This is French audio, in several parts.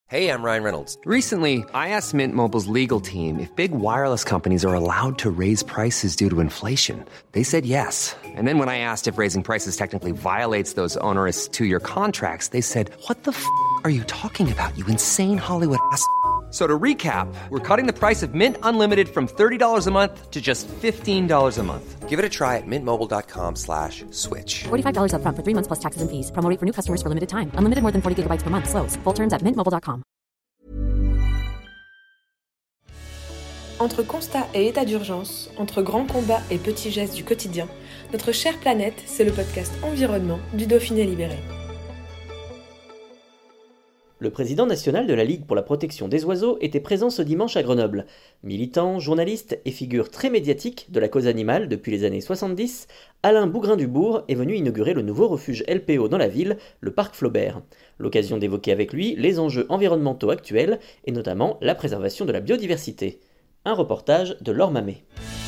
Hey, I'm Ryan Reynolds. Recently, I asked Mint Mobile's legal team if big wireless companies are allowed to raise prices due to inflation. They said yes. And then when I asked if raising prices technically violates those onerous two-year contracts, they said, "What the f*** are you talking about, you insane Hollywood ass?" So to recap, we're cutting the price of Mint Unlimited from $30 a month to just $15 a month. Give it a try at mintmobile.com/switch. $45 up front for 3 months plus taxes and fees. Promo rate for new customers for limited time. Unlimited more than 40 gigabytes per month. Slows full terms at mintmobile.com. Entre constat et état d'urgence, entre grands combats et petits gestes du quotidien, notre chère planète, c'est le podcast Environnement du Dauphiné Libéré. Le président national de la Ligue pour la protection des oiseaux était présent ce dimanche à Grenoble. Militant, journaliste et figure très médiatique de la cause animale depuis les années 70, Alain Bougrain-Dubourg est venu inaugurer le nouveau refuge LPO dans la ville, le parc Flaubert. L'occasion d'évoquer avec lui les enjeux environnementaux actuels et notamment la préservation de la biodiversité. Un reportage de Laure Mamet.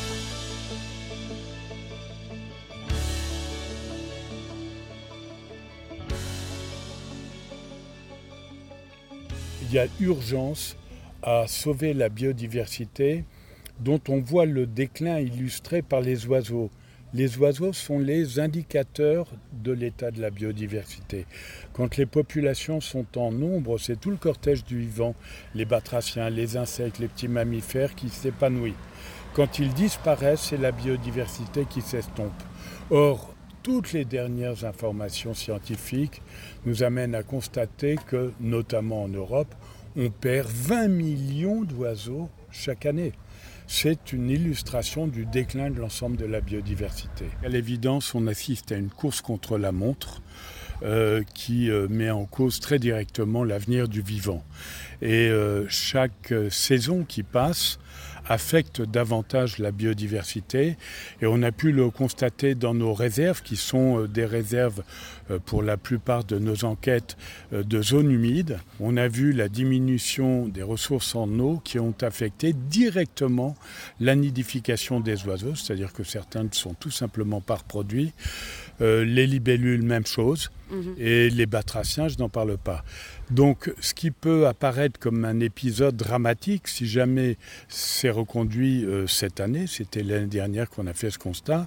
Il y a urgence à sauver la biodiversité dont on voit le déclin illustré par les oiseaux. Les oiseaux sont les indicateurs de l'état de la biodiversité. Quand les populations sont en nombre, c'est tout le cortège du vivant, les batraciens, les insectes, les petits mammifères qui s'épanouissent. Quand ils disparaissent, c'est la biodiversité qui s'estompe. Or, toutes les dernières informations scientifiques nous amènent à constater que, notamment en Europe, on perd 20 millions d'oiseaux chaque année. C'est une illustration du déclin de l'ensemble de la biodiversité. À l'évidence, on assiste à une course contre la montre qui met en cause très directement l'avenir du vivant. Et chaque saison qui passe affecte davantage la biodiversité et on a pu le constater dans nos réserves qui sont des réserves pour la plupart de nos enquêtes de zones humides. On a vu la diminution des ressources en eau qui ont affecté directement la nidification des oiseaux, c'est-à-dire que certains ne sont tout simplement pas reproduits. Les libellules, même chose, et les batraciens, je n'en parle pas. Donc, ce qui peut apparaître comme un épisode dramatique, si jamais c'est reconduit cette année, c'était l'année dernière qu'on a fait ce constat,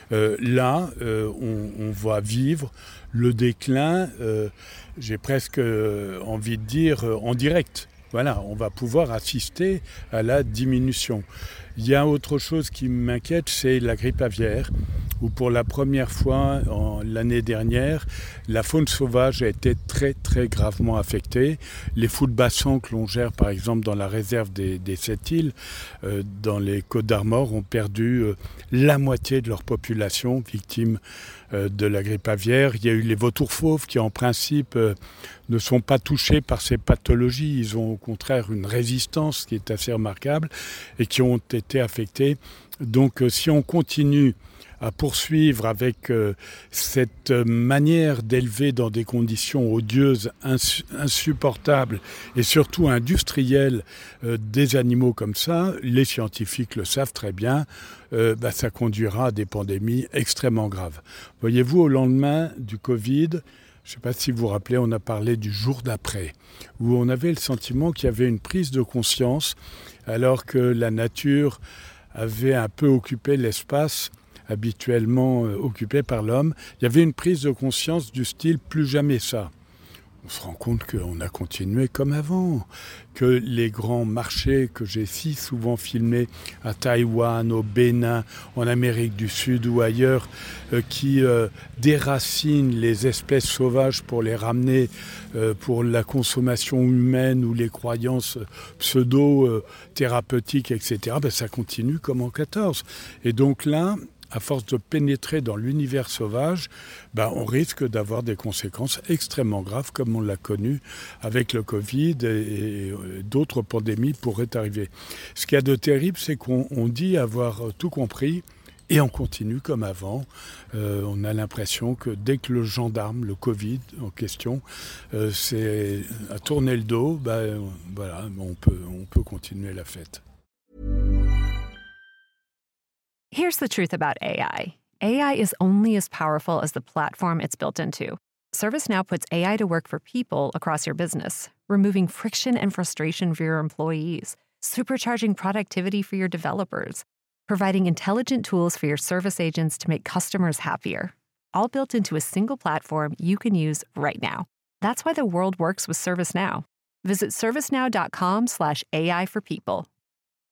on va vivre le déclin, j'ai presque envie de dire, en direct. Voilà, on va pouvoir assister à la diminution. Il y a autre chose qui m'inquiète, c'est la grippe aviaire, où pour la première fois l'année dernière, la faune sauvage a été très très gravement affectée. Les fous de Bassan que l'on gère par exemple dans la réserve des 7 îles, dans les Côtes d'Armor, ont perdu la moitié de leur population victime de la grippe aviaire. Il y a eu les vautours fauves qui en principe ne sont pas touchés par ces pathologies. Ils ont au contraire une résistance qui est assez remarquable et qui ont été affectés. Donc si on continue à poursuivre avec cette manière d'élever dans des conditions odieuses, insupportables et surtout industrielles des animaux comme ça, les scientifiques le savent très bien, ça conduira à des pandémies extrêmement graves. Voyez-vous, au lendemain du Covid, je ne sais pas si vous vous rappelez, on a parlé du jour d'après, où on avait le sentiment qu'il y avait une prise de conscience, alors que la nature avait un peu occupé l'espace habituellement occupé par l'homme. Il y avait une prise de conscience du style « plus jamais ça ». On se rend compte qu'on a continué comme avant, que les grands marchés que j'ai si souvent filmés à Taïwan, au Bénin, en Amérique du Sud ou ailleurs, qui déracinent les espèces sauvages pour les ramener pour la consommation humaine ou les croyances pseudo-thérapeutiques, etc., ça continue comme en 14. Et donc là, à force de pénétrer dans l'univers sauvage, on risque d'avoir des conséquences extrêmement graves, comme on l'a connu avec le Covid et d'autres pandémies pourraient arriver. Ce qu'il y a de terrible, c'est qu'on dit avoir tout compris, et on continue comme avant. On a l'impression que dès que le gendarme, le Covid en question, c'est à tourner le dos, on peut continuer la fête. Here's the truth about AI. AI is only as powerful as the platform it's built into. ServiceNow puts AI to work for people across your business, removing friction and frustration for your employees, supercharging productivity for your developers, providing intelligent tools for your service agents to make customers happier, all built into a single platform you can use right now. That's why the world works with ServiceNow. Visit servicenow.com/AI for people.